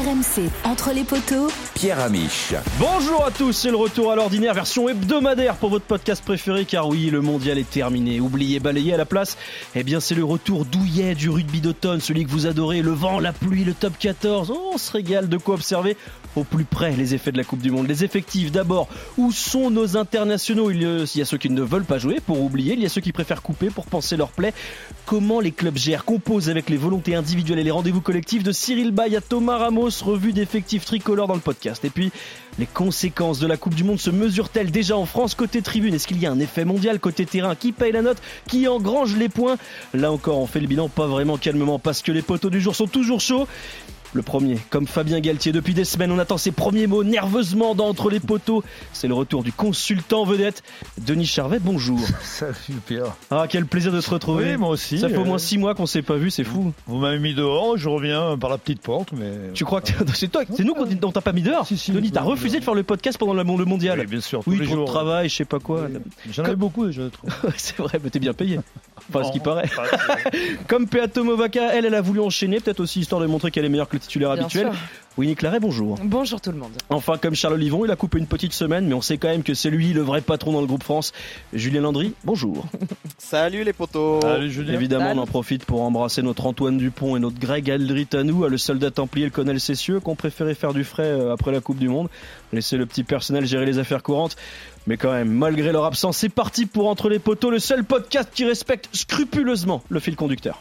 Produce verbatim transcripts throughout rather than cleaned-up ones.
R M C, entre les poteaux, Pierre Amiche. Bonjour à tous, c'est le retour à l'ordinaire, version hebdomadaire pour votre podcast préféré, car oui, le mondial est terminé. Oubliez, balayez à la place, eh bien c'est le retour douillet du rugby d'automne, celui que vous adorez, le vent, la pluie, le top quatorze. Oh, on se régale, de quoi observer au plus près les effets de la Coupe du Monde. Les effectifs d'abord, où sont nos internationaux? Il y a ceux qui ne veulent pas jouer pour oublier, il y a ceux qui préfèrent couper pour penser leur plaie. Comment les clubs gèrent, composent avec les volontés individuelles et les rendez-vous collectifs, de Cyril Bay à Thomas Ramos, revue d'effectifs tricolores dans le podcast. Et puis, les conséquences de la Coupe du Monde se mesurent-elles déjà en France côté tribune? Est-ce qu'il y a un effet mondial côté terrain? Qui paye la note? Qui engrange les points? Là encore, on fait le bilan pas vraiment calmement parce que les poteaux du jour sont toujours chauds. Le premier, comme Fabien Galtier, depuis des semaines, on attend ses premiers mots nerveusement d'entre les poteaux. C'est le retour du consultant vedette, Denis Charvet, bonjour. Salut Pierre. Ah, quel plaisir de te retrouver. Oui, moi aussi. Ça fait au moins euh... six mois qu'on s'est pas vu, c'est fou. Vous m'avez mis dehors, je reviens par la petite porte, mais... Tu crois que c'est toi, c'est nous qu'on t'a pas mis dehors? Si, si, Denis, t'as refusé de faire le podcast pendant le mondial. Oui, bien sûr, tous oui, les trop jours. de travail, je sais pas quoi. Oui. J'en avais beaucoup déjà, je trouve. C'est vrai, mais t'es bien payé. Enfin, non, ce qui paraît. Pas, Comme Peato Movaca, elle, elle a voulu enchaîner, peut-être aussi histoire de montrer qu'elle est meilleure que le titulaire Bien habituel. sûr. Winnie Claret, bonjour. Bonjour tout le monde. Enfin, comme Charles Olivon, il a coupé une petite semaine, mais on sait quand même que c'est lui le vrai patron dans le groupe France. Julien Landry, bonjour. Salut les potos. Salut Julien. Évidemment, Salut. on en profite pour embrasser notre Antoine Dupont et notre Greg Aldrit à nous, à le soldat templier, le colonel Cessieux, qu'on préférait faire du frais après la Coupe du Monde. Laisser le petit personnel gérer les affaires courantes. Mais quand même, malgré leur absence, c'est parti pour Entre les poteaux, le seul podcast qui respecte scrupuleusement le fil conducteur.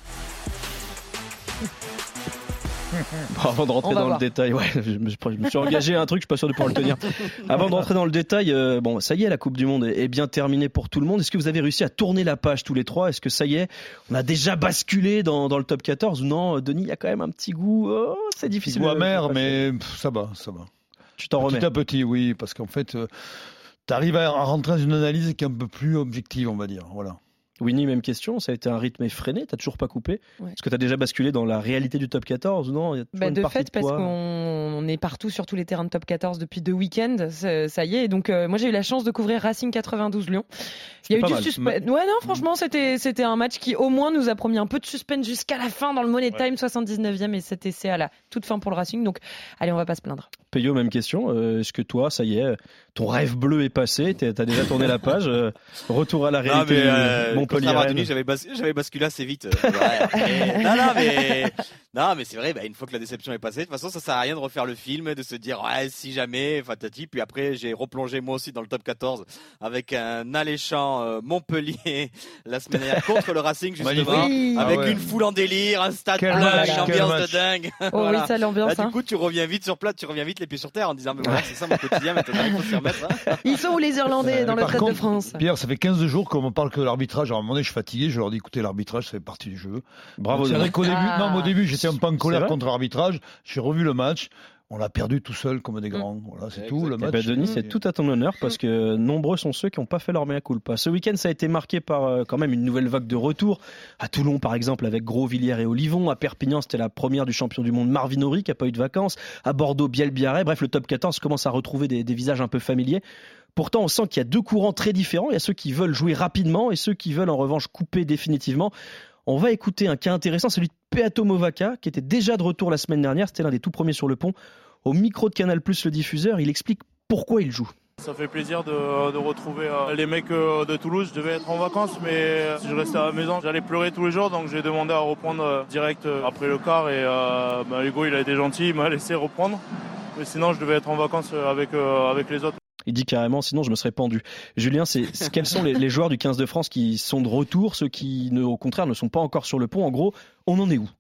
Bon, avant de rentrer dans voir. le détail, ouais, je me, je me suis engagé à un truc, je suis pas sûr de pouvoir le tenir. Avant de rentrer dans le détail, euh, bon, ça y est, la Coupe du Monde est, est bien terminée pour tout le monde. Est-ce que vous avez réussi à tourner la page tous les trois? Est-ce que ça y est, on a déjà basculé dans, dans le top quatorze? Ou non, Denis, il y a quand même un petit goût, oh, c'est difficile. Goût de- amer, de passer. mais pff, ça va, ça va. Tu t'en remets. Petit à petit, oui, parce qu'en fait, euh, t'arrives à, à rentrer dans une analyse qui est un peu plus objective, on va dire. Voilà. Winnie, même question, ça a été un rythme effréné, t'as toujours pas coupé? Ouais. Est-ce que t'as déjà basculé dans la réalité du top quatorze ou non? Il y a toujours Bah, une de partie fait, parce toi. qu'on on est partout sur tous les terrains de top quatorze depuis deux week-ends, ça, ça y est. Et donc, euh, moi, j'ai eu la chance de couvrir Racing quatre-vingt-douze Lyon. Il y a eu pas du mal. suspense. Ouais, non, franchement, c'était, c'était un match qui, au moins, nous a promis un peu de suspense jusqu'à la fin dans le Money Time, soixante-dix-neuvième, et cet essai à la toute fin pour le Racing. Donc, allez, on va pas se plaindre. Peyo, même question. Euh, est-ce que toi, ça y est, ton rêve bleu est passé? T'es- T'as déjà tourné la page? euh, Retour à la Non réalité mais euh, Montpellier. contrairement à Denis, j'avais, bas- j'avais basculé assez vite. euh, ouais, mais- non non mais non mais c'est vrai. Bah, une fois que la déception est passée, de toute façon ça sert à rien de refaire le film, de se dire ouais si jamais, fatati. Puis après j'ai replongé moi aussi dans le top quatorze avec un alléchant euh, Montpellier la semaine dernière contre le Racing justement, Magnifique. Oui. avec Ah ouais. une foule en délire, un stade Quel plein, match, une quel ambiance match. de dingue. Oh Voilà. oui, ça, Là, l'ambiance. du Hein. coup, tu reviens vite sur place, tu reviens vite les pieds sur terre en disant mais voilà, c'est ça mon quotidien maintenant, il faut s'y remettre. Hein. Ils sont où les Irlandais Euh, dans mais le par Stade de contre, France? Pierre, ça fait quinze jours qu'on me parle que de l'arbitrage. Alors, à un moment donné, je suis fatigué, je leur dis écoutez, l'arbitrage, ça fait partie du jeu. Bravo. C'est vrai Denis. qu'au début, Ah. non, mais au début, j'étais un peu en C'est colère vrai contre l'arbitrage. J'ai revu le match. On l'a perdu tout seul comme des grands. Voilà, c'est tout. Le Eh match. ben, Denis, c'est euh, tout à ton honneur parce que nombreux sont ceux qui n'ont pas fait leur mea culpa. Ce week-end, ça a été marqué par euh, quand même une nouvelle vague de retour. À Toulon, par exemple, avec Grosvilliers et Olivon. À Perpignan, c'était la première du champion du monde Marvin Horry qui n'a pas eu de vacances. À Bordeaux, Biel-Biarré. Bref, le top quatorze commence à retrouver des, des visages un peu familiers. Pourtant, on sent qu'il y a deux courants très différents. Il y a ceux qui veulent jouer rapidement et ceux qui veulent en revanche couper définitivement. On va écouter un cas intéressant, celui de Peato Movaca, qui était déjà de retour la semaine dernière. C'était l'un des tout premiers sur le pont. Au micro de Canal+, le diffuseur, il explique pourquoi il joue. Ça fait plaisir de, de retrouver euh, les mecs euh, de Toulouse. Je devais être en vacances, mais euh, si je restais à la maison, j'allais pleurer tous les jours. Donc j'ai demandé à reprendre euh, direct euh, après le quart. Et euh, bah, Hugo, il a été gentil, il m'a laissé reprendre. Mais sinon, je devais être en vacances euh, avec, euh, avec les autres. Il dit carrément, sinon je me serais pendu. Julien, c'est, c'est- quels sont les, les joueurs du quinze de France qui sont de retour, ceux qui, ne, au contraire, ne sont pas encore sur le pont? En gros, on en est où?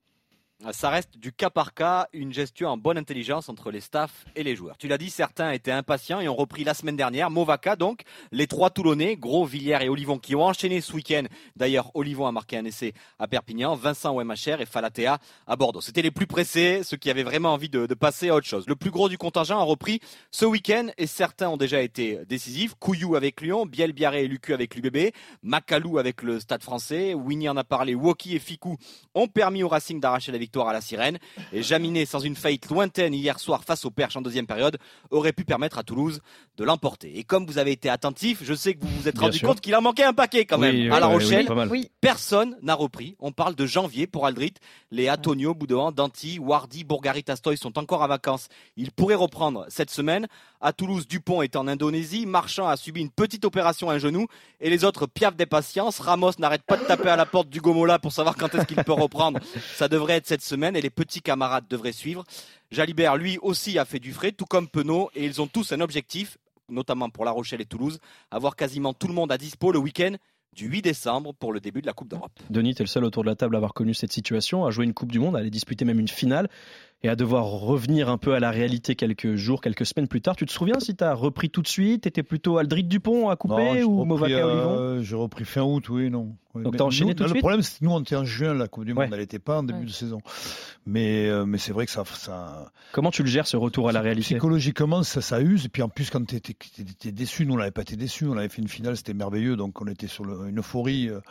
Ça reste du cas par cas, une gestion en bonne intelligence entre les staffs et les joueurs. Tu l'as dit, certains étaient impatients et ont repris la semaine dernière. Movaca donc, les trois Toulonnais, Gros, Villiers et Olivon, qui ont enchaîné ce week-end. D'ailleurs, Olivon a marqué un essai à Perpignan, Vincent au M H R et Falatea à Bordeaux. C'était les plus pressés, ceux qui avaient vraiment envie de, de passer à autre chose. Le plus gros du contingent a repris ce week-end et certains ont déjà été décisifs. Couillou avec Lyon, Biel-Biarré et Lucu avec l'U B B, Macalou avec le Stade français, Winnie en a parlé, Woki et Ficou ont permis au Racing d'arracher la victoire victoire à la Sirène. Et Jaminet, sans une faillite lointaine hier soir face au Perche en deuxième période, aurait pu permettre à Toulouse de l'emporter. Et comme vous avez été attentif, je sais que vous vous êtes Bien rendu sûr. compte qu'il en manquait un paquet quand même. Oui, à La ouais, Rochelle, oui, pas mal. Oui. personne n'a repris. On parle de janvier pour Aldrit. Les Antonio, Boudouan, Danty, Wardy, Bourgarit, Astoy sont encore en vacances. Ils pourraient reprendre cette semaine. À Toulouse, Dupont est en Indonésie. Marchand a subi une petite opération à un genou. Et les autres piaffent d'impatience. Ramos n'arrête pas de taper à la porte du Gomola pour savoir quand est-ce qu'il peut reprendre. Ça devrait être cette semaine et les petits camarades devraient suivre. Jalibert, lui aussi, a fait du frais, tout comme Penaud. Et ils ont tous un objectif, notamment pour La Rochelle et Toulouse, avoir quasiment tout le monde à dispo le week-end du huit décembre pour le début de la Coupe d'Europe. Denis, t'es le seul autour de la table à avoir connu cette situation, à jouer une Coupe du Monde, à aller disputer même une finale et à devoir revenir un peu à la réalité quelques jours, quelques semaines plus tard. Tu te souviens si t'as repris tout de suite? T'étais plutôt Aldrit Dupont à couper Non, j'ai ou repris, Movaca Olivon? euh, J'ai repris fin août, oui, non. Oui, Donc mais t'as enchaîné nous, tout de Le suite problème, c'est que nous, on était en juin, la Coupe du Monde, Ouais. elle n'était pas en début Ouais. de saison. Mais, euh, mais c'est vrai que ça, ça, Comment tu le gères ce retour à la réalité? psychologiquement, ça, ça use. Et puis en plus, quand tu étais déçu, nous, on n'avait pas été déçus. On avait fait une finale, c'était merveilleux. Donc on était sur le, une euphorie. Euh,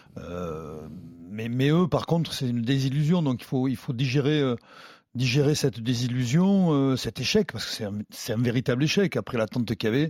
euh, mais, mais eux, par contre, c'est une désillusion. Donc il faut, il faut digérer. Euh, digérer cette désillusion, euh, cet échec, parce que c'est un, c'est un véritable échec après l'attente qu'il y avait.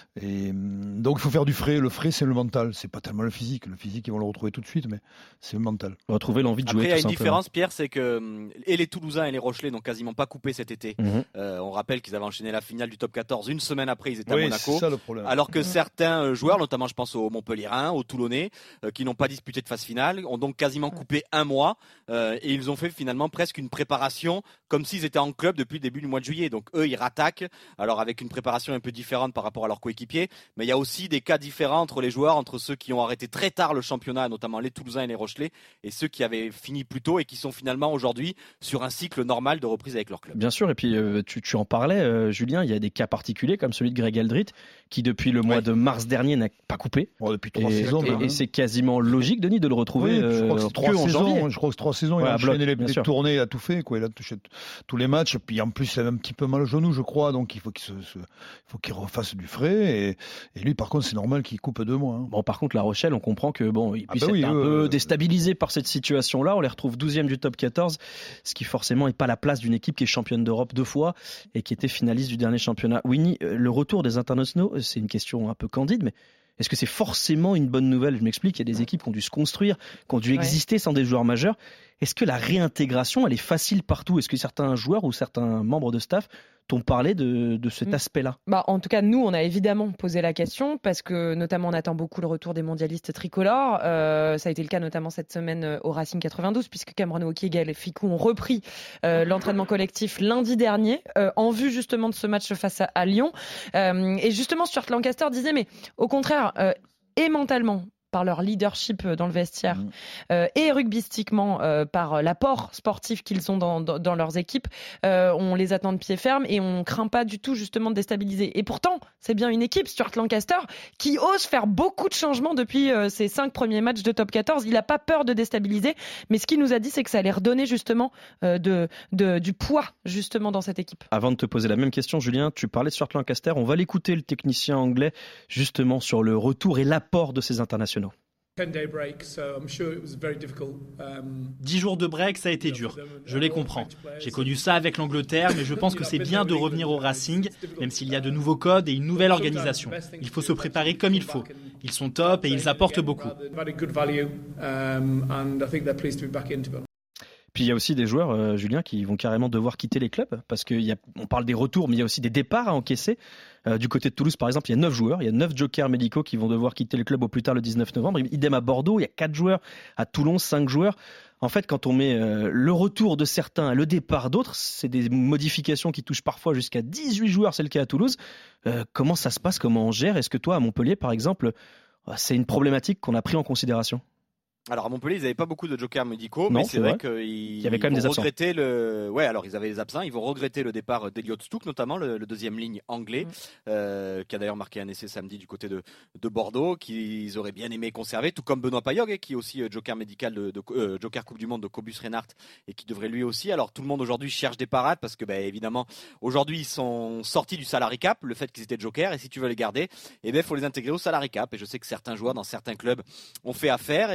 Et hum, donc il faut faire du frais. Le frais, c'est le mental. C'est pas tellement le physique. Le physique, ils vont le retrouver tout de suite, mais c'est le mental. Retrouver l'envie de jouer. Après, il y a tout une simplement. différence, Pierre, c'est que hum, et les Toulousains et les Rochelais n'ont quasiment pas coupé cet été. Mhm. Euh, on rappelle qu'ils avaient enchaîné la finale du top quatorze. Une semaine après, ils étaient Oui, à Monaco. c'est ça le problème. Alors que certains euh, joueurs, notamment je pense aux Montpellierins, aux Toulonnais, euh, qui n'ont pas disputé de phase finale, ont donc quasiment coupé un mois euh, et ils ont fait finalement presque une préparation comme s'ils étaient en club depuis le début du mois de juillet. Donc eux, ils rattaquent, alors avec une préparation un peu différente par rapport à leurs coéquipiers, mais il y a aussi des cas différents entre les joueurs, entre ceux qui ont arrêté très tard le championnat, notamment les Toulousains et les Rochelais, et ceux qui avaient fini plus tôt et qui sont finalement aujourd'hui sur un cycle normal de reprise avec leur club. Bien sûr, et puis euh, tu, tu en parlais, euh, Julien, il y a des cas particuliers comme celui de Greg Aldrit, qui depuis le mois Ouais. de mars dernier n'a pas coupé. Bon, depuis trois Et, saisons. et- même, et hein. c'est quasiment logique, Denis, de le retrouver Oui, je crois que euh, c'est trois que en saisons. janvier. Je crois que c'est trois saisons. Ouais, il a à enchaîné bloc, les, bien les sûr. tournées, il a tout fait. Quoi. Il a touché t- tous les matchs. Puis en plus, il avait un petit peu mal au genou, je crois. Donc il faut qu'il, se, se- il faut qu'il refasse du frais. Et, et lui, par contre, c'est normal qu'il coupe deux mois. Hein. Bon, par contre, La Rochelle, on comprend que bon, ils Ah puissent bah oui, être un eux, peu euh, déstabilisés par cette situation-là. On les retrouve douzième du top quatorze, ce qui forcément n'est pas la place d'une équipe qui est championne d'Europe deux fois et qui était finaliste du dernier championnat. Winnie, euh, le retour des internationaux, c'est une question un peu candide, mais est-ce que c'est forcément une bonne nouvelle? Je m'explique, il y a des équipes qui ont dû se construire, qui ont dû Ouais. exister sans des joueurs majeurs. Est-ce que la réintégration, elle est facile partout? Est-ce que certains joueurs ou certains membres de staff t'ont parlé de, de cet Mm. aspect-là? Bah, en tout cas, nous, on a évidemment posé la question parce que, notamment, on attend beaucoup le retour des mondialistes tricolores. Euh, ça a été le cas notamment cette semaine euh, au Racing quatre-vingt-douze, puisque Cameron Wauquiez et Gaël Ficou ont repris euh, l'entraînement collectif lundi dernier, euh, en vue justement de ce match face à, à Lyon. Euh, et justement, Stuart Lancaster disait, mais au contraire, euh, et mentalement, par leur leadership dans le vestiaire Mmh. euh, et rugbystiquement euh, par l'apport sportif qu'ils ont dans, dans, dans leurs équipes, euh, on les attend de pied ferme et on craint pas du tout justement de déstabiliser. Et pourtant, c'est bien une équipe, Stuart Lancaster, qui ose faire beaucoup de changements depuis euh, ses cinq premiers matchs de top quatorze. Il n'a pas peur de déstabiliser, mais ce qu'il nous a dit, c'est que ça allait redonner justement euh, de, de, du poids justement dans cette équipe. Avant de te poser la même question, Julien, tu parlais de Stuart Lancaster. On va l'écouter, le technicien anglais, justement sur le retour et l'apport de ces internationaux. Dix jours de break, ça a été dur. Je les comprends. J'ai connu ça avec l'Angleterre, mais je pense que c'est bien de revenir au Racing, même s'il y a de nouveaux codes et une nouvelle organisation. Il faut se préparer comme il faut. Ils sont top et ils apportent beaucoup. Puis il y a aussi des joueurs, euh, Julien, qui vont carrément devoir quitter les clubs, parce qu'on parle des retours, mais il y a aussi des départs à encaisser. Euh, du côté de Toulouse, par exemple, il y a neuf joueurs, il y a neuf jokers médicaux qui vont devoir quitter le club au plus tard le dix-neuf novembre. Idem à Bordeaux, il y a quatre joueurs. À Toulon, cinq joueurs. En fait, quand on met euh, le retour de certains, le départ d'autres, c'est des modifications qui touchent parfois jusqu'à dix-huit joueurs, c'est le cas à Toulouse. Euh, comment ça se passe, comment on gère? Est-ce que toi, à Montpellier, par exemple, c'est une problématique qu'on a pris en considération? Alors à Montpellier, ils n'avaient pas beaucoup de jokers médicaux, Non, mais c'est c'est vrai, vrai. qu'ils Il y avait quand même vont des absents. regretter le. Ouais, alors ils avaient des absents. Ils vont regretter le départ d'Eliott Stook, notamment le, le deuxième ligne anglais, Mm. euh, qui a d'ailleurs marqué un essai samedi du côté de, de Bordeaux, qu'ils auraient bien aimé conserver, tout comme Benoît Payog, qui est aussi euh, joker médical de, de euh, joker Coupe du Monde de Cobus Reinhardt et qui devrait lui aussi. Alors tout le monde aujourd'hui cherche des parades parce que, bah, évidemment, aujourd'hui ils sont sortis du salary cap, le fait qu'ils étaient jokers, et si tu veux les garder, eh ben faut les intégrer au salary cap. Et je sais que certains joueurs dans certains clubs ont fait affaire et que les joueurs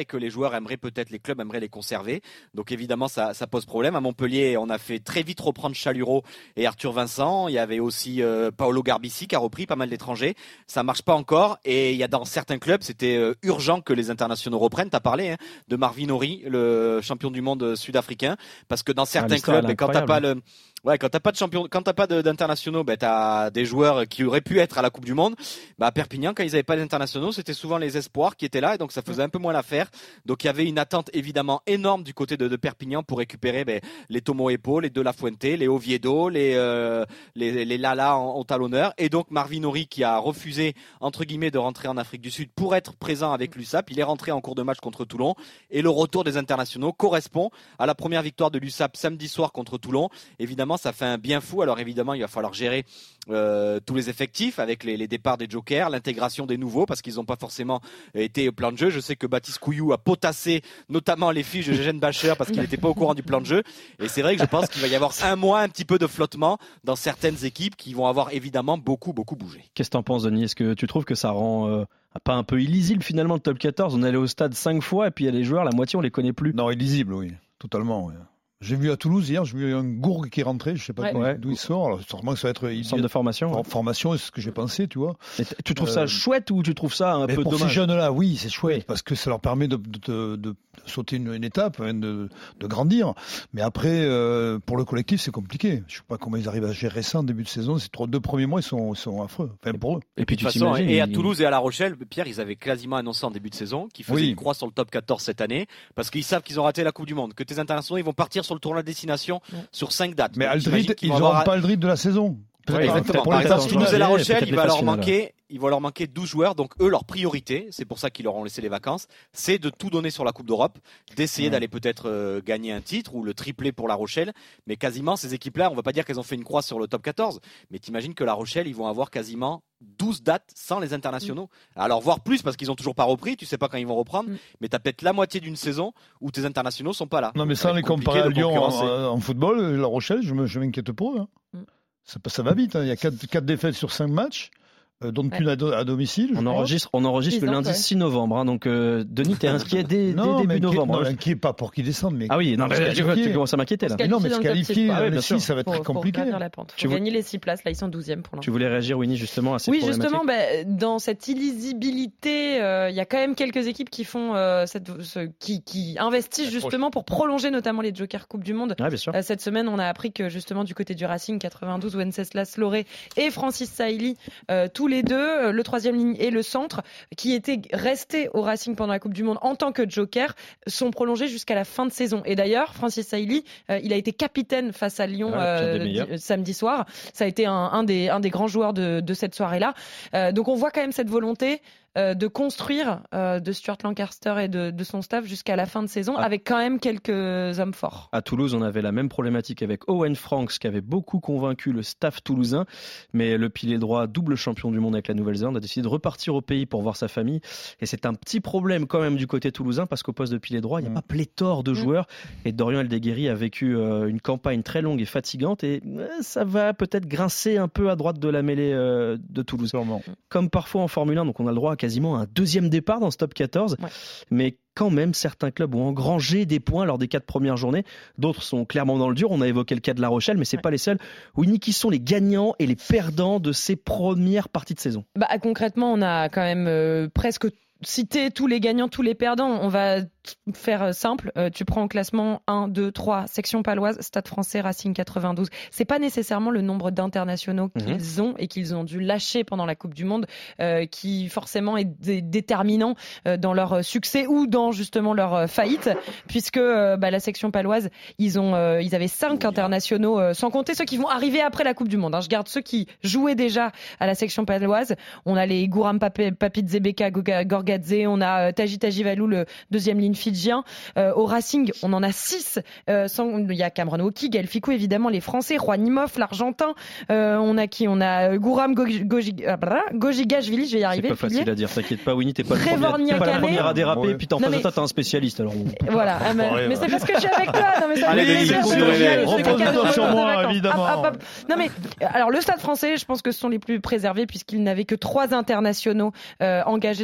joueurs aimeraient peut-être, les clubs aimeraient les conserver. Donc évidemment, ça, ça pose problème. À Montpellier, on a fait très vite reprendre Chalureau et Arthur Vincent. Il y avait aussi euh, Paolo Garbici qui a repris pas mal d'étrangers. Ça marche pas encore. Et il y a dans certains clubs, c'était euh, urgent que les internationaux reprennent. T'as parlé hein, de Marvin Ori, le champion du monde sud-africain, parce que dans certains ah, clubs, quand t'as pas le Ouais, quand t'as pas de champion, quand t'as pas de, d'internationaux, ben t'as des joueurs qui auraient pu être à la Coupe du Monde. Bah à Perpignan, quand ils avaient pas d'internationaux, c'était souvent les espoirs qui étaient là, et donc ça faisait un peu moins l'affaire. Donc il y avait une attente évidemment énorme du côté de, de Perpignan pour récupérer ben, les Tomo Epo, les De La Fuente, les Oviedo, les euh, les, les Lala en, en talonneur, et donc Marvin Ori qui a refusé entre guillemets de rentrer en Afrique du Sud pour être présent avec l'U S A P. Il est rentré en cours de match contre Toulon, et le retour des internationaux correspond à la première victoire de l'U S A P samedi soir contre Toulon. Évidemment, ça fait un bien fou. Alors évidemment, il va falloir gérer euh, tous les effectifs avec les, les départs des jokers, l'intégration des nouveaux parce qu'ils n'ont pas forcément été au plan de jeu. Je sais que Baptiste Couillou a potassé notamment les fiches de Gégène Bacher parce qu'il n'était pas au courant du plan de jeu. Et c'est vrai que je pense qu'il va y avoir un mois, un petit peu de flottement dans certaines équipes qui vont avoir évidemment beaucoup, beaucoup bougé. Qu'est-ce que t'en penses, Denis ? Est-ce que tu trouves que ça rend euh, pas un peu illisible finalement le top quatorze ? On est allé au stade cinq fois et puis il y a les joueurs, la moitié on les connaît plus. Non, illisible, oui, totalement. Oui. J'ai vu à Toulouse hier, j'ai vu un Gourgue qui est rentré, je sais pas ouais. d'où, ouais. d'où il sort. Alors, sûrement que ça va être une centre de formation. For- formation, c'est ce que j'ai pensé, tu vois. Mais tu trouves euh, ça chouette ou tu trouves ça un peu pour dommage ? Pour ces jeunes-là, oui, c'est chouette oui. parce que ça leur permet de, de, de, de sauter une, une étape, hein, de, de grandir. Mais après, euh, pour le collectif, c'est compliqué. Je sais pas comment ils arrivent à gérer ça en début de saison. Ces trois, deux premiers mois, ils sont, ils sont affreux. Enfin, pour eux. Et puis, de toute façon, et à Toulouse et à La Rochelle, Pierre, ils avaient quasiment annoncé en début de saison qu'ils faisaient oui. une croix sur le top quatorze cette année parce qu'ils savent qu'ils ont raté la Coupe du Monde, que tes internationaux, ils vont partir sur le tournoi de destination ouais. sur cinq dates. Mais Aldrid, ils n'auront avoir... pas Aldrid de la saison. Ouais, exactement. Par exemple, Toulouse et La Rochelle, il va leur manquer, il va leur manquer douze joueurs. Donc eux, leur priorité, c'est pour ça qu'ils leur ont laissé les vacances, c'est de tout donner sur la Coupe d'Europe, d'essayer ouais. d'aller peut-être euh, gagner un titre ou le triplé pour La Rochelle. Mais quasiment ces équipes-là, on va pas dire qu'elles ont fait une croix sur le top quatorze, mais t'imagines que La Rochelle, ils vont avoir quasiment douze dates sans les internationaux. Mmh. Alors voire plus parce qu'ils ont toujours pas repris, tu sais pas quand ils vont reprendre, mmh. mais t'as peut-être la moitié d'une saison où tes internationaux sont pas là. Non mais ça, on les comparer à Lyon en, en football, La Rochelle, je, me, je m'inquiète pour eux. Hein. Mmh. Ça, ça va vite, hein. Il y a quatre défaites sur cinq matchs. Euh, donc ouais. une à, do- à domicile. On enregistre, on enregistre le lundi ouais. six novembre. Hein, donc euh, Denis, t'es inquiet dès, non, dès début novembre. Non, inquiet pas pour qu'ils descendent. Mais ah oui, non, mais tu, tu commences à m'inquiéter là. Mais non, mais se qualifier, ah, oui, six, ça va être très compliqué. Pour la pente. Tu gagner les six places, là ils sont douzième pour l'instant. Tu voulais réagir, Winnie, justement à ces oui, problématiques. justement, bah, dans cette illisibilité, il euh, y a quand même quelques équipes qui font, euh, cette, ce, qui, qui investissent justement pour prolonger notamment les Jokers Coupe du Monde. Ah, bien sûr. Euh, cette semaine, on a appris que justement du côté du Racing quatre-vingt-douze, Wenceslas Loré et Francis Sailly, euh, tous les deux, le troisième ligne et le centre, qui étaient restés au Racing pendant la Coupe du Monde en tant que joker, sont prolongés jusqu'à la fin de saison. Et d'ailleurs, Francis Sailly, euh, il a été capitaine face à Lyon ah, euh, d- samedi soir. Ça a été un, un, des, un des grands joueurs de, de cette soirée-là. Euh, donc on voit quand même cette volonté euh, de construire euh, de Stuart Lancaster et de, de son staff jusqu'à la fin de saison, ah. avec quand même quelques hommes forts. À Toulouse, on avait la même problématique avec Owen Franks, qui avait beaucoup convaincu le staff toulousain, mais le pilier droit, double champion du monde avec la Nouvelle-Zélande, a décidé de repartir au pays pour voir sa famille. Et c'est un petit problème quand même du côté toulousain, parce qu'au poste de pilier droit, il n'y a mmh. pas pléthore de mmh. joueurs. Et Dorian Eldeguiri a vécu euh, une campagne très longue et fatigante, et euh, ça va peut-être grincer un peu à droite de la mêlée euh, de Toulouse. Sûrement. Comme parfois en Formule un, donc on a le droit à quasiment un deuxième départ dans ce top quatorze, ouais. mais quand même, certains clubs ont engrangé des points lors des quatre premières journées. D'autres sont clairement dans le dur. On a évoqué le cas de La Rochelle, mais c'est ouais. pas les seuls. Winnie, qui sont les gagnants et les perdants de ces premières parties de saison ? Bah, concrètement, on a quand même euh, presque cité tous les gagnants, tous les perdants. On va faire simple. Euh, tu prends en classement un, deux, trois, section paloise, Stade français, Racing quatre-vingt-douze. C'est pas nécessairement le nombre d'internationaux mmh. qu'ils ont et qu'ils ont dû lâcher pendant la Coupe du Monde euh, qui forcément est dé- déterminant euh, dans leur succès ou dans justement leur euh, faillite, puisque euh, bah, la section paloise, ils ont, euh, ils avaient cinq internationaux, euh, sans compter ceux qui vont arriver après la Coupe du Monde. Hein. Je garde ceux qui jouaient déjà à la section paloise. On a les Gouram Papit-Zebeka, Gorgadze, on a euh, Taji Tajivalou, le deuxième ligne fidjien. Euh, au Racing, on en a six. Euh, sans, il y a Cameron Woki, Gaël Ficou, évidemment, les Français, Juan Imhoff, l'Argentin. Euh, on a qui On a Gouram Gojigashvili, je vais y arriver. C'est pas facile à dire, t'inquiète pas, Winnie, t'es pas, le t'es pas la première à déraper, ouais. Puis t'en face de toi, t'es un spécialiste. Alors on... Voilà, ah, mais, ouais, mais c'est parce que je suis avec toi. Non, mais ça Allez, Denis, repose-toi sur moi, évidemment. Hop, hop, hop. Non, mais alors, le Stade français, je pense que ce sont les plus préservés puisqu'ils n'avaient que trois internationaux euh, engagés dans cette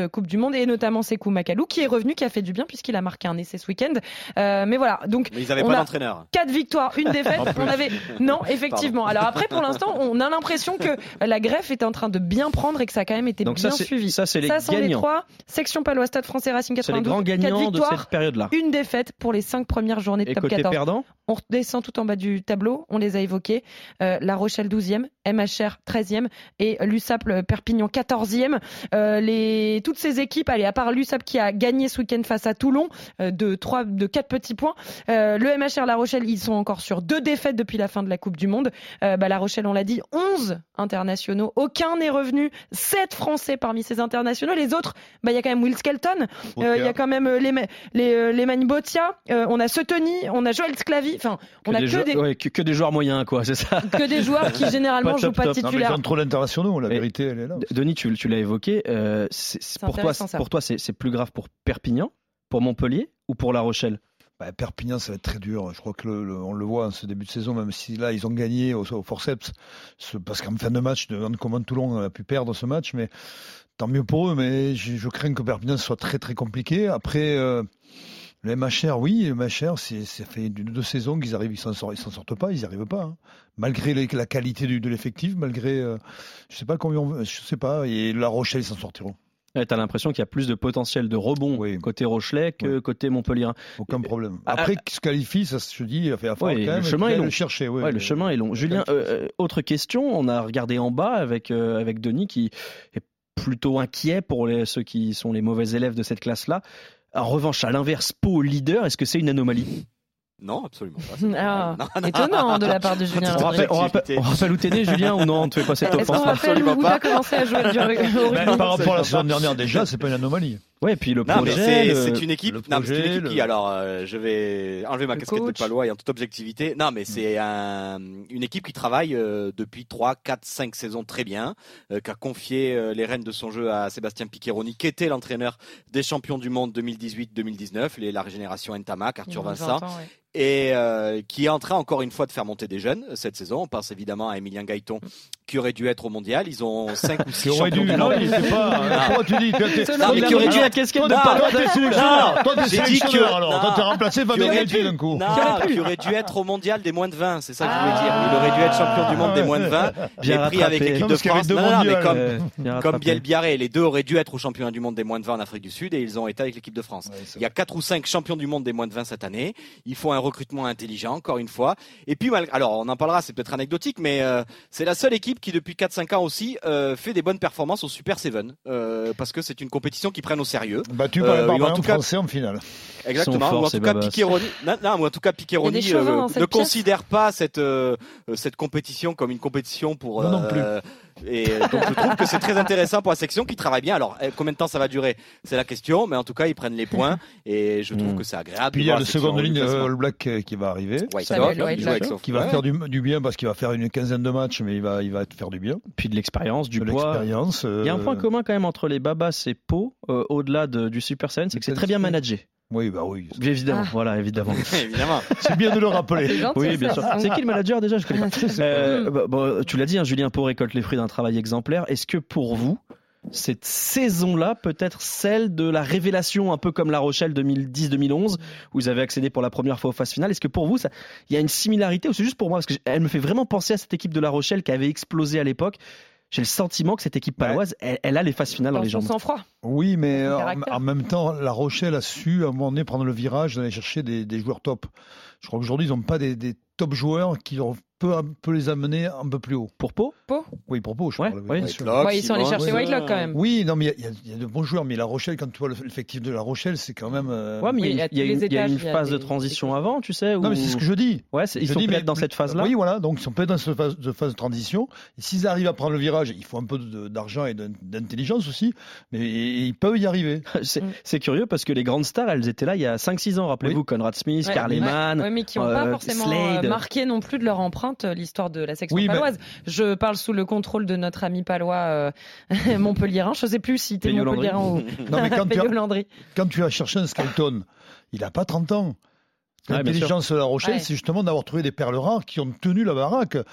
Coupe du Monde, et notamment Sékou Makalou, qui est revenu, qui a fait du bien puisqu'il a marqué un essai ce week-end. Euh, mais voilà, donc mais ils n'avaient on pas a d'entraîneur. Quatre victoires, une défaite. on avait non, effectivement. Pardon. Alors après, pour l'instant, on a l'impression que la greffe est en train de bien prendre et que ça a quand même été donc bien ça, suivi. Ça, c'est les ça sont gagnants. les trois. Section Palois, Stade Français, Racing quatre-vingt-douze. C'est les grands gagnants de cette période-là. Une défaite pour les cinq premières journées de et top côté quatorze. Perdant, on redescend tout en bas du tableau, on les a évoqués. Euh, La Rochelle douzième, M H R treizième et l'U S A P Perpignan quatorzième. Euh, les... Toutes ces équipes, allez, à part l'U S A P qui a gagné ce week-end face à Toulon euh, de trois, de quatre petits points, euh, le M H R, La Rochelle, ils sont encore sur deux défaites depuis la fin de la Coupe du Monde. Euh, bah, La Rochelle, on l'a dit, onze internationaux, aucun n'est revenu, sept Français parmi ces internationaux. Les autres, bah, il y a quand même Will Skelton, il euh, y a quand même les les les Mani Botia, euh, on a Setoni, on a Joël Sclavi, enfin, on que a des que jou- des ouais, que, que des joueurs moyens, quoi, c'est ça. que des joueurs qui généralement Pas jouent top, pas top. titulaires. Non, mais ils ont trop d'internationaux, la Mais- vérité, elle est là. Denis, tu, tu l'as évoqué, euh, c'est, c'est C'est pour toi, intéressant, ça. pour toi c'est, c'est plus grave pour Perpignan, pour Montpellier ou pour La Rochelle? Bah, Perpignan, ça va être très dur. Je crois que le, le- on le voit en ce début de saison, même si là ils ont gagné au, au forceps, ce- parce qu'en fin de match, de comment Toulon a pu perdre ce match, mais tant mieux pour eux. Mais je, je crains que Perpignan soit très très compliqué. Après, euh, le M H R, oui, le M H R, c'est, ça fait une, deux saisons qu'ils arrivent, ils s'en sortent, ils s'en sortent pas, ils n'y arrivent pas, hein. Malgré les- la qualité du, de l'effectif, malgré, euh, je sais pas combien, on- je sais pas, et La Rochelle, ils s'en sortiront. Ouais, t'as l'impression qu'il y a plus de potentiel de rebond Oui. côté Rochelais que Oui. côté Montpellier. Aucun problème. Ah, Après, qui se qualifie, ça se dit, il va falloir Ouais, quand le même chemin est long. le chercher. Ouais, Ouais, le mais- chemin est long. Julien, euh, autre question, on a regardé en bas avec, euh, avec Denis qui est plutôt inquiet pour les, ceux qui sont les mauvais élèves de cette classe-là. En revanche, à l'inverse, Pau leader, est-ce que c'est une anomalie? Non, absolument pas. Ah, Non, non. étonnant de la part de Julien. on rappelle, on, rappelle, on rappelle où t'es né, Julien, ou non? On ne fait pas cette Est-ce qu'on offense-là? rappelle Absolument où tu pas. as commencé à jouer du rugby au Ben, rugby par rapport à la Ça, saison dernière, déjà, c'est pas une anomalie. Ouais, et puis le Non, mais projet. c'est, le- c'est une équipe, le non, mais c'est une projet, équipe qui, le- alors, euh, je vais enlever ma Le casquette coach. de Palois et en toute objectivité. Non, mais c'est un, une équipe qui travaille euh, depuis trois, quatre, cinq saisons très bien, euh, qui a confié euh, les rênes de son jeu à Sébastien Piccheroni, qui était l'entraîneur des champions du monde deux mille dix-huit deux mille dix-neuf, les, la régénération Ntamak, Arthur Vincent. Et euh, qui est en train encore une fois de faire monter des jeunes cette saison. On pense évidemment à Emilien Gaëton qui aurait dû être au mondial. Ils ont cinq ou six Qui aurait champions dû, du non, monde. il était pas. Ah. Pourquoi tu dis que t'es- Non, Non, mais mais qui aurait dû la être casquette Toi, de Non, Palois. toi, t'es sélectionneur. Toi, t'es j'ai dit sélectionneur, que- alors. non. Toi, t'es remplacé par Qui aurait Gaël dû- d'un coup. Non, qui aurait dû être au mondial des moins de vingt, c'est ça que je voulais dire. Il aurait dû être champion du monde des moins de vingt, Bien et pris rattrapé. avec l'équipe Non, de parce qu'il y avait France. deux Non, non, mais mondiales. comme, Euh, bien comme rattrapé. Biel Biarré, les deux auraient dû être au championnat du monde des moins de vingt en Afrique du Sud et ils ont été avec l'équipe de France. Ouais, c'est Il y a quatre ou cinq champions du monde des moins de vingt cette année. Il faut un recrutement intelligent, encore une fois. Et puis, malgré, alors on en parlera, c'est peut-être anecdotique, mais euh, c'est la seule équipe qui depuis quatre cinq ans aussi euh, fait des bonnes performances au Super Seven, euh, parce que c'est une compétition qu'ils prennent au sérieux. Battu Euh, par ou le en Barbarian tout cas- français en finale. Exactement. Ils sont forts, Ou en ces tout cas, babas. Piccheroni, non, non, ou en tout cas, Piccheroni Il y a des chauvins euh, dans cette ne pièce. considère pas cette euh, cette compétition comme une compétition pour. Non, non plus. euh, Et euh, donc je trouve que c'est très intéressant pour la section qui travaille bien. Alors euh, combien de temps ça va durer, c'est la question, mais en tout cas ils prennent les points et je trouve Mm. que c'est agréable. Puis de il y a voir le la section second au ligne de classement. All Black euh, qui va arriver. White Samuel Sox, White il joue avec Sox. Sof- Qui va ouais. faire du, du bien parce qu'il va faire une quinzaine de matchs, mais il va, il va faire du bien. Puis de l'expérience, du de poids. l'expérience. euh, Il y a un point commun quand même entre les Babas et Pau, euh, au-delà de- du Super Seven, c'est que c'est très bien managé. Oui, bah oui. Évidemment, Ah. voilà, évidemment. Évidemment. C'est bien de le C'est rappeler. gentil, Oui, bien ça. sûr. C'est qui le manager déjà? Je connais pas. Euh, bah, bah, tu l'as dit, hein, Julien Pau récolte les fruits d'un travail exemplaire. Est-ce que pour vous, cette saison-là peut être celle de la révélation, un peu comme La Rochelle deux mille dix deux mille onze, où vous avez accédé pour la première fois aux phases finales? Est-ce que pour vous, ça- il y a une similarité, ou c'est juste pour moi? Parce qu'elle me fait vraiment penser à cette équipe de La Rochelle qui avait explosé à l'époque. J'ai le sentiment que cette équipe paloise, elle, elle a les phases finales dans Dans les son jambes. sang-froid. Oui, mais Son en, caractère. en même temps, La Rochelle a su, à un moment donné, prendre le virage d'aller chercher des, des joueurs top. Je crois qu'aujourd'hui, ils n'ont pas des, des top joueurs qui ont- peut, peut les amener un peu plus haut. Pour Pau? Oui, pour Pau, je Ouais, parle. ouais. bien sûr. Whitelock, Ouais, ils sont allés Simon, chercher ouais. Whitelock quand même. Oui, non, mais il y, a- il y a de bons joueurs, mais La Rochelle, quand tu vois l'effectif de La Rochelle, c'est quand même. euh, Ouais, mais Oui, il y a, il y a il y a tous une, les il y a étages, une il y a phase de des- transition des- avant, tu sais. Non, où- mais c'est ce que je dis. Ouais, c'est- ils Je sont dis, peut-être mais- dans cette phase-là. Oui, voilà, donc ils sont peut-être dans cette phase de, phase de transition. Et s'ils arrivent à prendre le virage, il faut un peu de- d'argent et d'in- d'intelligence aussi, mais ils peuvent y arriver. C'est Mm. c'est curieux parce que les grandes stars, elles étaient là il y a cinq six ans. Rappelez-vous, Conrad Smith, Ouais, Karl ouais, Lehmann. ouais, mais qui n'ont pas euh, forcément Slade. euh, marqué non plus de leur empreinte euh, l'histoire de la section Oui, mais- paloise. Je parle sous le contrôle de notre ami palois euh, Montpellierin. Je ne sais plus si t'es Peyo Landry. Montpellierin ou Non, mais quand tu, Peyo as, Landry. quand tu as cherché un Skelton, il n'a pas trente ans. Ouais, bien L'intelligence de La Rochelle, Ouais. c'est justement d'avoir trouvé des perles rares qui ont tenu la baraque.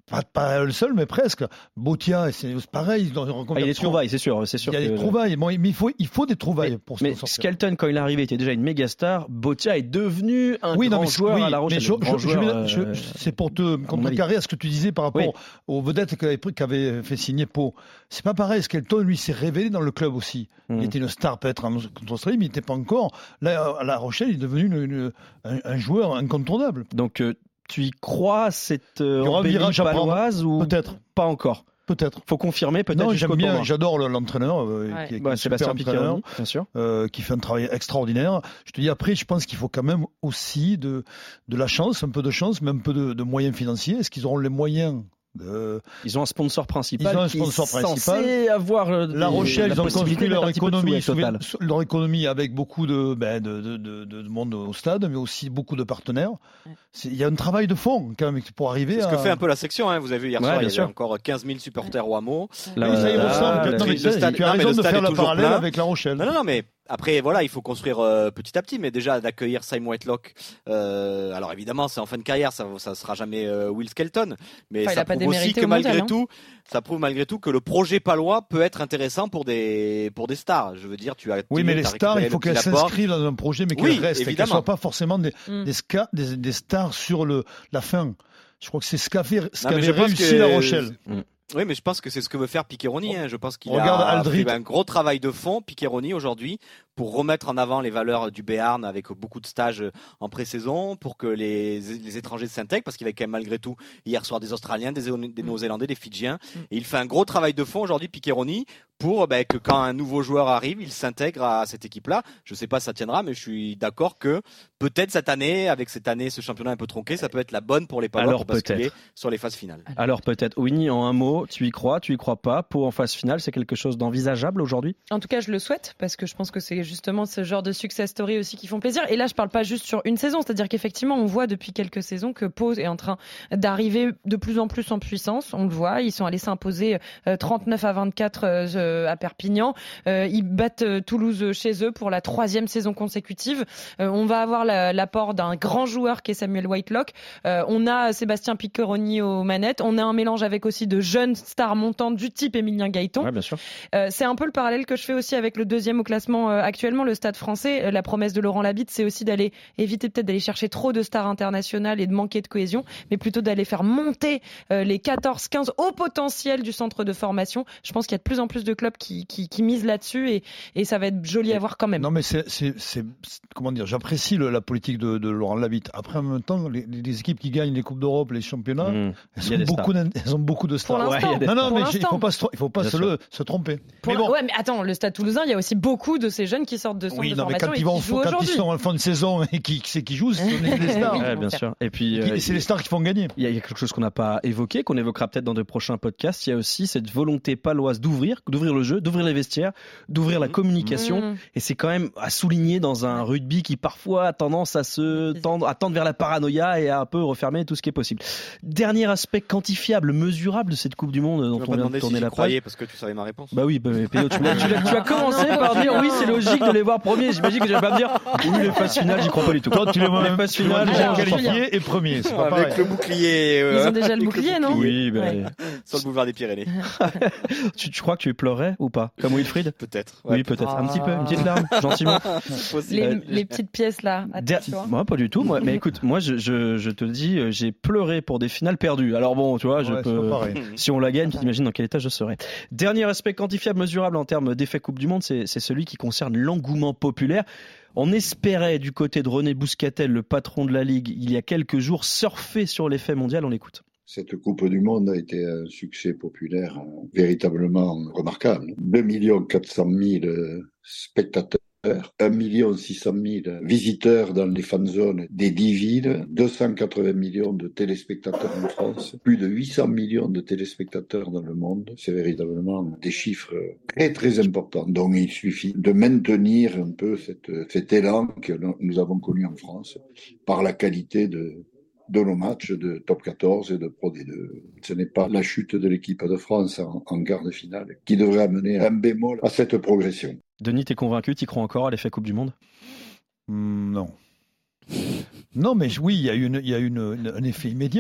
Pas, pas le seul, mais presque. Botia, c'est pareil. Dans une ah, il y a des trouvailles, c'est sûr. C'est sûr il y a que... des trouvailles. Bon, mais il faut, il faut des trouvailles mais, pour mais se sortir. Skelton, quand il est arrivé, était déjà une méga star. Botia est devenu un oui, grand non, mais, joueur oui, à La Rochelle. Mais je, je, joueur, je, euh, je, c'est pour te contrecarrer à ce que tu disais par rapport oui. aux vedettes qu'avait, qu'avait fait signer Pau. C'est pas pareil. Skelton, lui, s'est révélé dans le club aussi. Mmh. Il était une star peut-être en Australie, mais il n'était pas encore. Là, à La Rochelle, il est devenu une, une, un, un joueur incontournable. Donc, euh, tu y crois cette euh, virage paloise ou peut-être pas encore? Peut-être. Faut confirmer peut-être. Non, j'aime bien, j'adore l'entraîneur, euh, ouais. qui est, bah, qui est super entraîneur, bien sûr, euh, qui fait un travail extraordinaire. Je te dis après, je pense qu'il faut quand même aussi de de la chance, un peu de chance, mais un peu de, de moyens financiers. Est-ce qu'ils auront les moyens? Euh, ils ont un sponsor principal. Ils ont un sponsor qui est principal. Censé avoir euh, La Rochelle, la ils ont construit leur économie, de leur économie avec beaucoup de, ben, de, de, de, de monde au stade, mais aussi beaucoup de partenaires. C'est, il y a un travail de fond quand même pour arriver. C'est à... ce que fait un peu la section. Hein. Vous avez vu hier ouais, soir, il y sûr. avait encore quinze mille supporters au hameau. Là, oui, ça y ressemble. Non, mais tu as raison de faire le parallèle avec La Rochelle. Non, non, non, mais. Après, voilà, il faut construire euh, petit à petit, mais déjà d'accueillir Simon Whitelock. Euh, alors évidemment, c'est en fin de carrière, ça, ça sera jamais euh, Will Skelton, mais enfin, ça prouve aussi que malgré mondial, tout, hein. ça prouve malgré tout que le projet palois peut être intéressant pour des pour des stars. Je veux dire, tu as. Oui, mais les stars, il faut qu'elles s'inscrivent dans un projet, mais qu'elles oui, restent, évidemment. et qu'elles soient pas forcément des mm. des, ska, des, des stars sur le la fin. Je crois que c'est ce qu'avait ce qu'avait réussi que... La Rochelle. Mm. Oui, mais je pense que c'est ce que veut faire Piccheroni. Hein. Je pense qu'il Regarde a Aldrit. fait un gros travail de fond, Piccheroni, aujourd'hui, pour remettre en avant les valeurs du Béarn avec beaucoup de stages en pré-saison, pour que les, les étrangers s'intègrent, parce qu'il y avait quand même malgré tout hier soir des Australiens, des, des Néo-Zélandais, des Fidjiens. Et il fait un gros travail de fond aujourd'hui, Piccheroni, pour ben, que quand un nouveau joueur arrive, il s'intègre à cette équipe-là. Je ne sais pas si ça tiendra, mais je suis d'accord que peut-être cette année, avec cette année, ce championnat un peu tronqué, ça peut être la bonne pour les Palois pour basculer sur les phases finales. Alors peut-être. Winnie, en un mot, tu y crois, tu y crois pas? Pau en phase finale, c'est quelque chose d'envisageable aujourd'hui? En tout cas, je le souhaite, parce que je pense que c'est justement ce genre de success story aussi qui font plaisir. Et là, je parle pas juste sur une saison, c'est-à-dire qu'effectivement, on voit depuis quelques saisons que Pau est en train d'arriver de plus en plus en puissance. On le voit, ils sont allés s'imposer trente-neuf à vingt-quatre à Perpignan. Ils battent Toulouse chez eux pour la troisième saison consécutive. On va avoir l'apport d'un grand joueur qui est Samuel Whitelock. On a Sébastien Piccheroni aux manettes. On a un mélange avec aussi de jeunes stars montantes du type Émilien Gaëton. Ouais, bien sûr. C'est un peu le parallèle que je fais aussi avec le deuxième au classement actuellement, le Stade Français. La promesse de Laurent Labitte, c'est aussi d'aller éviter peut-être d'aller chercher trop de stars internationales et de manquer de cohésion, mais plutôt d'aller faire monter les quatorze quinze au potentiel du centre de formation. Je pense qu'il y a de plus en plus de clubs qui, qui, qui misent là-dessus et, et ça va être joli à voir quand même. Non, mais c'est, c'est, c'est comment dire, j'apprécie le, la politique de, de Laurent Labitte. Après, en même temps, les, les équipes qui gagnent les Coupes d'Europe, les championnats, mmh. elles, ont beaucoup elles ont beaucoup de stars. Pour l'instant, ouais, non, non, pour mais il ne faut pas, se, il faut pas se, le, se tromper. Pour mais bon. Ouais, mais attends, le Stade Toulousain, il y a aussi beaucoup de ces jeunes qui sortent de centre oui, de non, formation mais quand et ils vont, qui jouent quand aujourd'hui. Ils sont en fin de saison et qui, c'est qui jouent, c'est les stars. Ouais, bien sûr. Et puis, euh, c'est les stars qui font gagner. Il y a quelque chose qu'on n'a pas évoqué, qu'on évoquera peut-être dans de prochains podcasts. Il y a aussi cette volonté paloise d'ouvrir, d'ouvrir le jeu, d'ouvrir les vestiaires, d'ouvrir la communication. Mmh. Et c'est quand même à souligner dans un rugby qui parfois a tendance à se tendre, à tendre vers la paranoïa et à un peu refermer tout ce qui est possible. Dernier aspect quantifiable, mesurable de cette Coupe du Monde dont on vient de tourner si la page. Croyais parce que tu savais ma réponse. Bah oui, bah, Péo, tu, tu, tu, tu as commencé par dire oui, c'est logique de les voir premiers. J'imagine que j'allais pas me dire oui, les phases finales, j'y crois pas du tout. Toi, tu les vois les phases finales, déjà qualifiés et premiers. C'est pas avec pareil. le bouclier. Euh, Ils ont déjà le bouclier, non? Oui, bah, ouais. Sur le boulevard des Pyrénées. tu, tu crois que tu pleurais ou pas? Comme Wilfried? Peut-être. Ouais. Oui, peut-être. Ah. Un petit peu, une petite larme, gentiment. Les, les petites pièces là. Attention. Moi, pas du tout. Moi, mais écoute, moi, je, je, je te le dis, j'ai pleuré pour des finales perdues. Alors bon, tu vois, je ouais, peux. Si on la gagne, tu t'imagines dans quel état je serais. Dernier aspect quantifiable, mesurable en termes d'effet Coupe du Monde, c'est, c'est celui qui concerne l'engouement populaire. On espérait du côté de René Bouscatel, le patron de la Ligue, il y a quelques jours, surfer sur l'effet mondial. On l'écoute. Cette Coupe du Monde a été un succès populaire euh, véritablement remarquable. deux millions quatre cent mille spectateurs, un million six cent mille visiteurs dans les fan zones des dix villes, deux cent quatre-vingts millions de téléspectateurs en France, plus de huit cents millions de téléspectateurs dans le monde. C'est véritablement des chiffres très très importants. Donc il suffit de maintenir un peu cette, cet élan que nous avons connu en France par la qualité de de nos matchs de top quatorze et de Pro D deux. Ce n'est pas la chute de l'équipe de France en, en quart de finale qui devrait amener un bémol à cette progression. Denis, t'es convaincu, t'y crois encore à l'effet Coupe du Monde? mmh, Non. Non, mais oui, il y a, une, il y a une, un effet immédiat.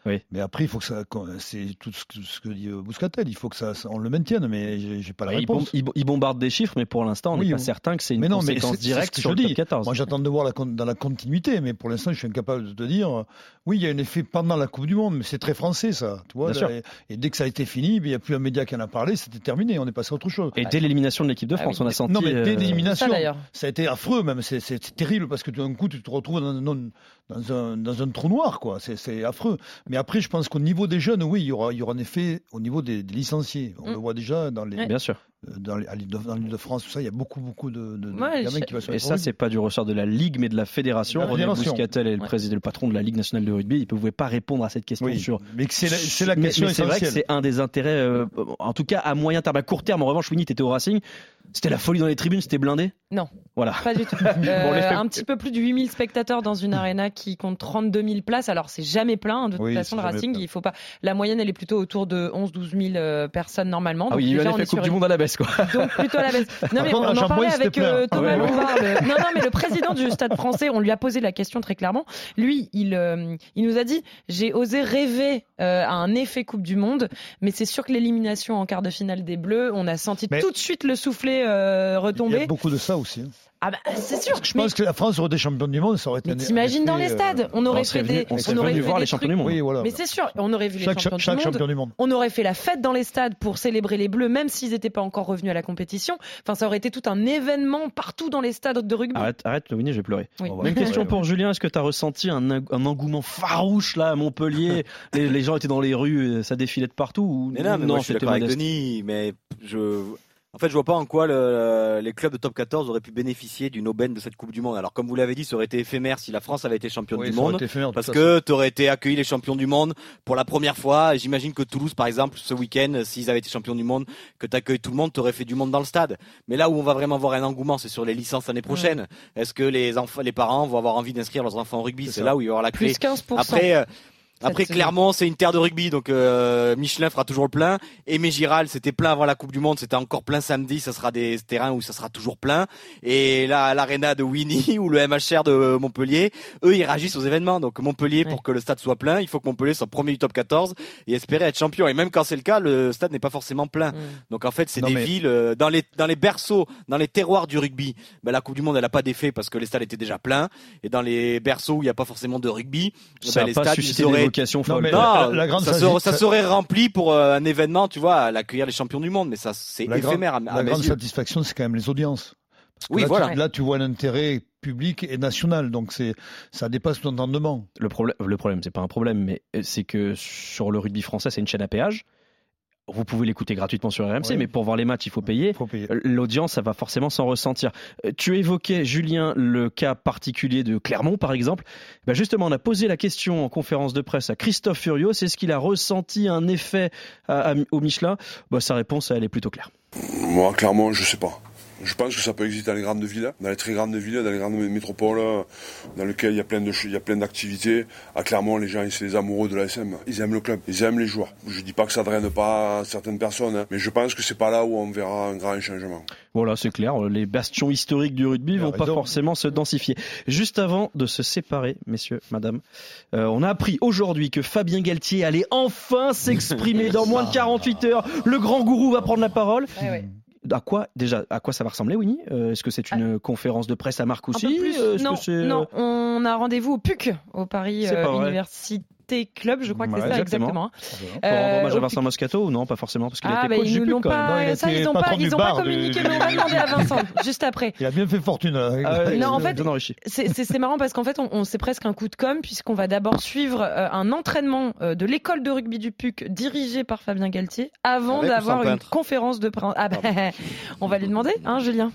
Oui. Mais après, il faut que ça, c'est tout ce que, ce que dit Bouscatel, il faut que ça, on le maintienne, mais j'ai, j'ai pas la ouais, réponse. Il, bombe, il bombarde des chiffres, mais pour l'instant, on n'est oui, pas on... certain que c'est une mais non, conséquence mais c'est, directe c'est sur le dis. top quatorze. Moi, j'attends de voir la, dans la continuité, mais pour l'instant, je suis incapable de te dire. Oui, il y a un effet pendant la Coupe du Monde, mais c'est très français, ça. Tu vois, là, et, et dès que ça a été fini, il n'y a plus un média qui en a parlé, c'était terminé, on est passé à autre chose. Et dès l'élimination de l'équipe de France, ah oui. on a senti. Non, mais dès l'élimination, ça, ça a été affreux, même. C'est, c'est, c'est terrible parce que d'un coup, tu te retrouves dans, dans, dans, un, dans un trou noir, quoi. C'est, c'est affreux. Mais après, je pense qu'au niveau des jeunes, oui, il y aura, il y aura un effet au niveau des, des licenciés. On mmh. le voit déjà dans les. Bien sûr. Dans l'île de, dans l'île de France, tout ça, il y a beaucoup, beaucoup de, de, ouais, de gamins je... qui vont se Et ça, c'est pas du ressort de la Ligue, mais de la fédération. René Bouscatel est le ouais. président, le patron de la Ligue nationale de rugby. Il ne pouvait pas répondre à cette question oui, sur. Mais c'est la, c'est la question mais, mais c'est vrai que c'est un des intérêts, euh, en tout cas à moyen terme, à court terme. En revanche, Winnie, t'étais au Racing. C'était la folie dans les tribunes, c'était blindé. Non. Voilà. Pas du tout. Euh, bon, fait... Un petit peu plus de huit mille spectateurs dans une arena qui compte trente-deux mille places. Alors, c'est jamais plein. De toute oui, façon, le Racing, il faut pas. La moyenne, elle est plutôt autour de onze à douze mille euh, personnes normalement. Ah oui, il y a eu un effet Coupe du une... Monde à la baisse, quoi. Donc, plutôt à la baisse. Non, mais on, on en parlait avec euh, Thomas Lombard. Le... Non, non, mais le président du Stade français, on lui a posé la question très clairement. Lui, il, euh, il nous a dit j'ai osé rêver euh, à un effet Coupe du Monde, mais c'est sûr que l'élimination en quart de finale des Bleus, on a senti mais... tout de suite le soufflet euh, retomber. Il y a beaucoup de ça aussi. Hein. Ah bah, c'est sûr. Je mais... pense que la France aurait été championne du monde, ça aurait été. Mais t'imagines dans les stades, on aurait fait des, on, on aurait venu voir les champions du monde. Oui, voilà. Mais c'est sûr, on aurait vu chaque, les champions chaque du, champion monde. du monde. On aurait fait la fête dans les stades pour célébrer les Bleus, même s'ils n'étaient pas encore revenus à la compétition. Enfin, ça aurait été tout un événement partout dans les stades de rugby. Arrête, arrête, Winnie, je vais pleurer. Oui. Même question pour Julien. Est-ce que tu as ressenti un, un engouement farouche là à Montpellier? les, les gens étaient dans les rues, ça défilait de partout ou... Mais non, mais non, moi, je suis d'accord avec Denis, mais je. En fait, je vois pas en quoi le, les clubs de top quatorze auraient pu bénéficier d'une aubaine de cette Coupe du Monde. Alors, comme vous l'avez dit, ça aurait été éphémère si la France avait été championne oui, du monde. Éphémère, parce que tu aurais été accueilli les champions du monde pour la première fois. J'imagine que Toulouse, par exemple, ce week-end, s'ils avaient été champions du monde, que tu accueilles tout le monde, tu aurais fait du monde dans le stade. Mais là où on va vraiment voir un engouement, c'est sur les licences l'année prochaine. Mmh. Est-ce que les enfants, les parents vont avoir envie d'inscrire leurs enfants au rugby? C'est, c'est là où il y aura la clé. Plus quinze pour cent. Après, euh, Après, Clermont, c'est une terre de rugby, donc euh, Michelin fera toujours le plein. Aimé Giral, c'était plein avant la Coupe du Monde, c'était encore plein samedi, ça sera des terrains où ça sera toujours plein. Et là, l'Arena de Winnie ou le M H R de Montpellier, eux, ils réagissent aux événements. Donc Montpellier, ouais. pour que le stade soit plein, il faut que Montpellier soit premier du top quatorze et espérer être champion. Et même quand c'est le cas, le stade n'est pas forcément plein. Mmh. Donc en fait, c'est non, des mais... villes euh, dans les dans les berceaux, dans les terroirs du rugby. Ben, la Coupe du Monde, elle a pas d'effet parce que les stades étaient déjà pleins. Et dans les berceaux où il y a pas forcément de rugby, ça ben, les stades ils auraient Non, la, la grande ça, serait, ça serait rempli pour euh, un événement, tu vois, à l'accueillir les champions du monde, mais ça c'est la éphémère. Grande, à, à la grande yeux. satisfaction, c'est quand même les audiences. Parce que oui, là, voilà. Tu, là, tu vois l'intérêt public et national, donc c'est ça dépasse l'entendement. Le problème, le problème, c'est pas un problème, mais c'est que sur le rugby français, c'est une chaîne à péage. Vous pouvez l'écouter gratuitement sur R M C, oui. mais pour voir les matchs, il faut payer. Faut payer. L'audience, ça va forcément s'en ressentir. Tu évoquais, Julien, le cas particulier de Clermont, par exemple. Ben justement, on a posé la question en conférence de presse à Christophe Furios. Est-ce qu'il a ressenti un effet à, à, au Michelin? Ben, sa réponse, elle est plutôt claire. Moi, Clermont, je sais pas. Je pense que ça peut exister dans les grandes villes, dans les très grandes villes, dans les grandes métropoles, dans lesquelles il y a plein de, il y a plein d'activités. À Clermont, les gens, c'est les amoureux de l'A S M. Ils aiment le club, ils aiment les joueurs. Je dis pas que ça draine pas certaines personnes, hein, mais je pense que c'est pas là où on verra un grand changement. Voilà, c'est clair. Les bastions historiques du rugby vont pas forcément se densifier. Juste avant de se séparer, messieurs, madame, euh, on a appris aujourd'hui que Fabien Galtier allait enfin s'exprimer dans moins de quarante-huit heures. Le grand gourou va prendre la parole. Ouais, ouais. À quoi déjà à quoi ça va ressembler, Winnie? euh, Est-ce que c'est une ah, conférence de presse à Marcoussis? Un peu plus. euh, non, que c'est... non, on a rendez-vous au P U C, au Paris euh, Université Club, je crois que ouais, c'est ça exactement. exactement. Pour rendre hommage à Vincent Moscato ou non, pas forcément, parce qu'il ah, a été bah, coach du P U C. Pas, non, ça, ils n'ont pas, ils ont pas communiqué, mais on va demander à Vincent juste après. Il a bien fait fortune. Là. Ah, ouais, non, en fait, c'est, c'est, c'est marrant parce qu'en fait, on, on c'est presque un coup de com' puisqu'on va d'abord suivre euh, un entraînement euh, de l'école de rugby du P U C dirigé par Fabien Galtier avant Avec d'avoir une conférence de presse. Ah ben, on va lui demander, hein, Julien.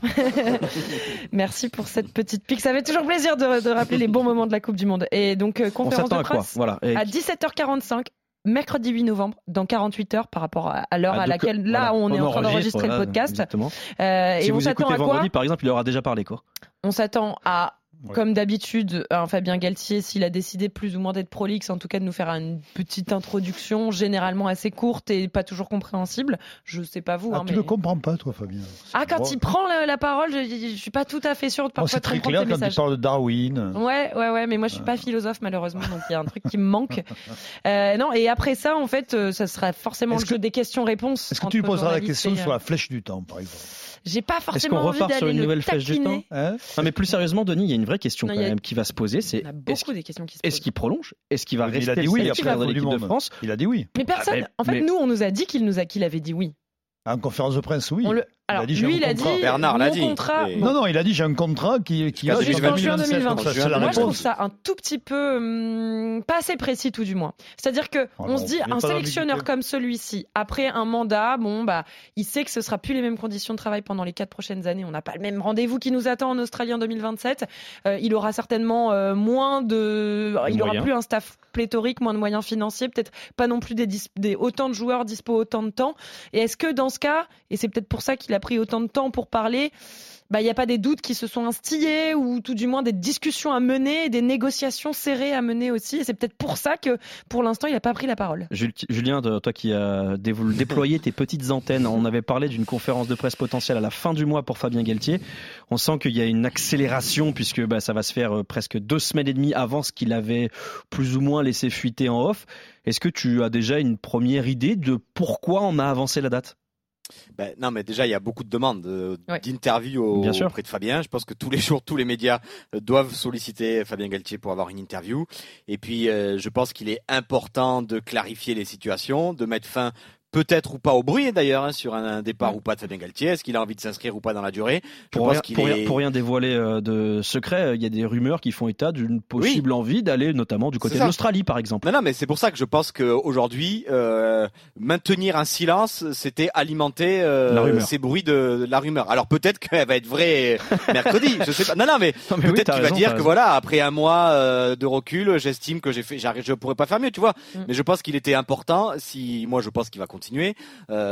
Merci pour cette petite pique. Ça fait toujours plaisir de, de rappeler les bons moments de la Coupe du Monde. Et donc euh, conférence de presse à, voilà. Et... à dix-sept heures quarante-cinq. Mercredi huit novembre, dans quarante-huit heures par rapport à l'heure à, à laquelle là voilà, on est on en train d'enregistrer voilà, le podcast. Exactement. Euh, si et vous on s'attend écoutez à quoi vendredi, par exemple, il aura déjà parlé quoi. On s'attend à Ouais. Comme d'habitude, hein, Fabien Galtier, s'il a décidé plus ou moins d'être prolixe, en tout cas de nous faire une petite introduction, généralement assez courte et pas toujours compréhensible. Je sais pas vous. Ah, hein, tu mais... ne comprends pas, toi, Fabien. C'est ah, quand drôle. il prend la, la parole, je, je suis pas tout à fait sûre de parfois oh, c'est très clair quand il parle de Darwin. Ouais, ouais, ouais, mais moi je suis pas philosophe malheureusement, donc il y a un truc qui me manque. Euh, non, et après ça, en fait, ça sera forcément est-ce le jeu que, des questions-réponses. Est-ce que tu lui poseras la question et... sur la flèche du temps, par exemple? J'ai pas forcément Est-ce qu'on envie repart sur une nouvelle taquiner. flèche du temps hein Non, mais plus sérieusement, Denis, il y a une vraie question non, quand a... même qui va se poser. C'est il y a beaucoup est-ce, des questions qui se posent. Est-ce qu'il prolonge? Est-ce qu'il va il rester a dit oui, le sélectionneur de l'équipe de France? Il a dit oui. Mais personne. Ah, mais, en fait, mais... nous, on nous a dit qu'il nous a qu'il avait dit oui. En conférence de presse, oui. Le... Alors, il a dit, lui, il a dit. Bernard l'a dit. Contrat... Et... Non, non, il a dit j'ai un contrat qui, qui va jusqu'en juin deux mille vingt-sept. Ça, Moi, je trouve ça un tout petit peu hum, pas assez précis, tout du moins. C'est-à-dire que oh, on non, se dit un sélectionneur comme celui-ci, après un mandat, bon bah, il sait que ce sera plus les mêmes conditions de travail pendant les quatre prochaines années. On n'a pas le même rendez-vous qui nous attend en Australie en deux mille vingt-sept. Euh, il aura certainement euh, moins de, de il moyens. aura plus un staff pléthorique, moins de moyens financiers, peut-être pas non plus des, dis- des autant de joueurs dispo autant de temps. Et est-ce que dans ce cas, et c'est peut-être pour ça qu'il a pris autant de temps pour parler, bah, il n'y a pas des doutes qui se sont instillés ou tout du moins des discussions à mener, des négociations serrées à mener aussi. Et c'est peut-être pour ça que pour l'instant, il n'a pas pris la parole. Julien, toi qui as déployé tes petites antennes, on avait parlé d'une conférence de presse potentielle à la fin du mois pour Fabien Galtier. On sent qu'il y a une accélération puisque bah, ça va se faire presque deux semaines et demie avant ce qu'il avait plus ou moins laissé fuiter en off. Est-ce que tu as déjà une première idée de pourquoi on a avancé la date ? Ben, non, mais déjà, il y a beaucoup de demandes euh, ouais. d'interviews au, auprès de Fabien. Je pense que tous les jours, tous les médias euh, doivent solliciter Fabien Galtier pour avoir une interview. Et puis, euh, je pense qu'il est important de clarifier les situations, de mettre fin peut-être ou pas au bruit d'ailleurs hein, sur un départ ouais. ou pas de Fabien Galtier. Est-ce qu'il a envie de s'inscrire ou pas dans la durée? Je pour, pense rien, qu'il pour, est... rien, pour rien dévoiler euh, de secret, il y a des rumeurs qui font état d'une possible oui. envie d'aller notamment du côté de l'Australie par exemple. Non, non, mais c'est pour ça que je pense qu'aujourd'hui, euh, maintenir un silence, c'était alimenter euh, ces bruits de, de la rumeur. Alors peut-être qu'elle va être vraie mercredi, je sais pas. Non, non, mais, non, mais peut-être oui, qu'il raison, va dire que raison. Voilà, après un mois euh, de recul, j'estime que j'ai fait, je pourrais pas faire mieux, tu vois. Mm. Mais je pense qu'il était important. Si moi, je pense qu'il va continuer. Euh,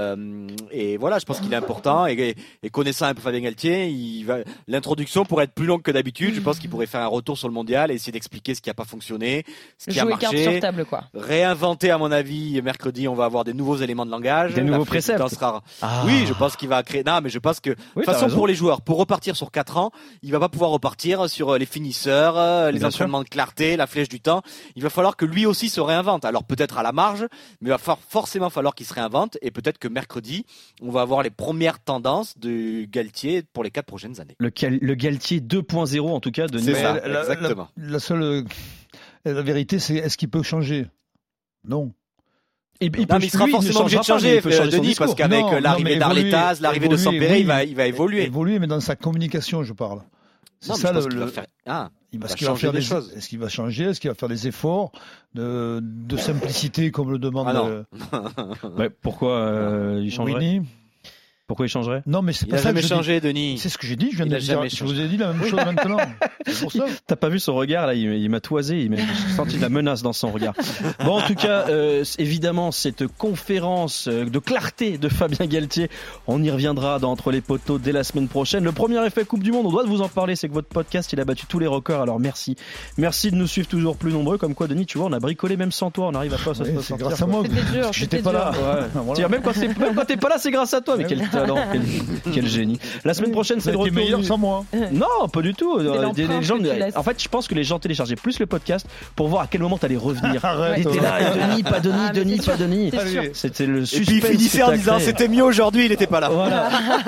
et voilà, je pense qu'il est important et, et connaissant un peu Fabien Galtier, il va, l'introduction pourrait être plus longue que d'habitude. Je pense qu'il pourrait faire un retour sur le mondial et essayer d'expliquer ce qui n'a pas fonctionné, ce qui Jouer a marché. Carte sur table, quoi. Réinventer, à mon avis, mercredi, on va avoir des nouveaux éléments de langage. Des nouveaux préceptes. Sera... Ah. Oui, je pense qu'il va créer. Non, mais je pense que de oui, toute façon, pour les joueurs, pour repartir sur quatre ans, il va pas pouvoir repartir sur les finisseurs, les Bien entraînements sûr. de clarté, la flèche du temps. Il va falloir que lui aussi se réinvente. Alors peut-être à la marge, mais il va forcément falloir qu'il se réinvente et peut-être que mercredi, on va avoir les premières tendances de Galtier pour les quatre prochaines années. Le, le Galtier deux point zéro en tout cas de C'est ça, la, exactement. La, la seule, la vérité, c'est est-ce qu'il peut changer? Non. Il, il, non, peut, il sera lui, forcément obligé de changer, pas, euh, Denis, parce qu'avec non, l'arrivée d'Arletas, l'arrivée évoluer, de Sampere, oui, il va, il va évoluer. Évoluer, mais dans sa communication, je parle. C'est non, ça le. le... Faire... Ah, il va, qu'il va faire des, des choses. Est-ce qu'il va changer? Est-ce qu'il va faire des efforts de, de simplicité, comme le demande? Ah non. ouais, pourquoi euh, il changerait? Winnie Pourquoi il changerait? Non, mais c'est pas ça. Il n'a jamais changé, Denis. C'est ce que j'ai dit. Je viens de dire. Je vous ai dit la même chose maintenant. C'est pour ça. T'as pas vu son regard là? Il, il m'a toisé. Il m'a senti de la menace dans son regard. Bon, en tout cas, euh, évidemment, cette conférence de clarté de Fabien Galtier, on y reviendra dans Entre les poteaux dès la semaine prochaine. Le premier effet Coupe du Monde, on doit vous en parler. C'est que votre podcast, il a battu tous les records. Alors merci, merci de nous suivre toujours plus nombreux. Comme quoi, Denis, tu vois, on a bricolé même sans toi. On arrive à pas se oui, sortir. Grâce à moi. Dur, j'étais pas là. Ouais. Voilà. Même quand c'est, même quand t'es pas là, c'est grâce à toi. Mais quel talent. Quel, quel génie. La semaine prochaine, c'est le retour. meilleur du... sans moi. Non, pas du tout. Des, des gens, en fait, je pense que les gens téléchargeaient plus le podcast pour voir à quel moment t'allais revenir. Arrête. Il était là, et Denis, pas Denis, ah, Denis, pas Denis. C'était le suspense. Et puis il finissait en disant c'était mieux aujourd'hui, il était pas là. Voilà.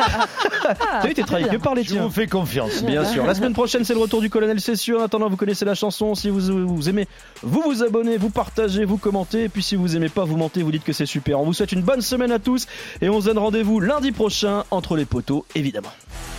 Tu t'es travaillé que par les tiens. Je vous fais confiance. Bien sûr. La semaine prochaine, c'est le retour du colonel, c'est sûr. En attendant, vous connaissez la chanson. Si vous, vous aimez, vous vous abonnez, vous partagez, vous commentez. Et puis si vous aimez pas, vous mentez, vous dites que c'est super. On vous souhaite une bonne semaine à tous et on se donne rendez-vous lundi prochain entre les poteaux, évidemment.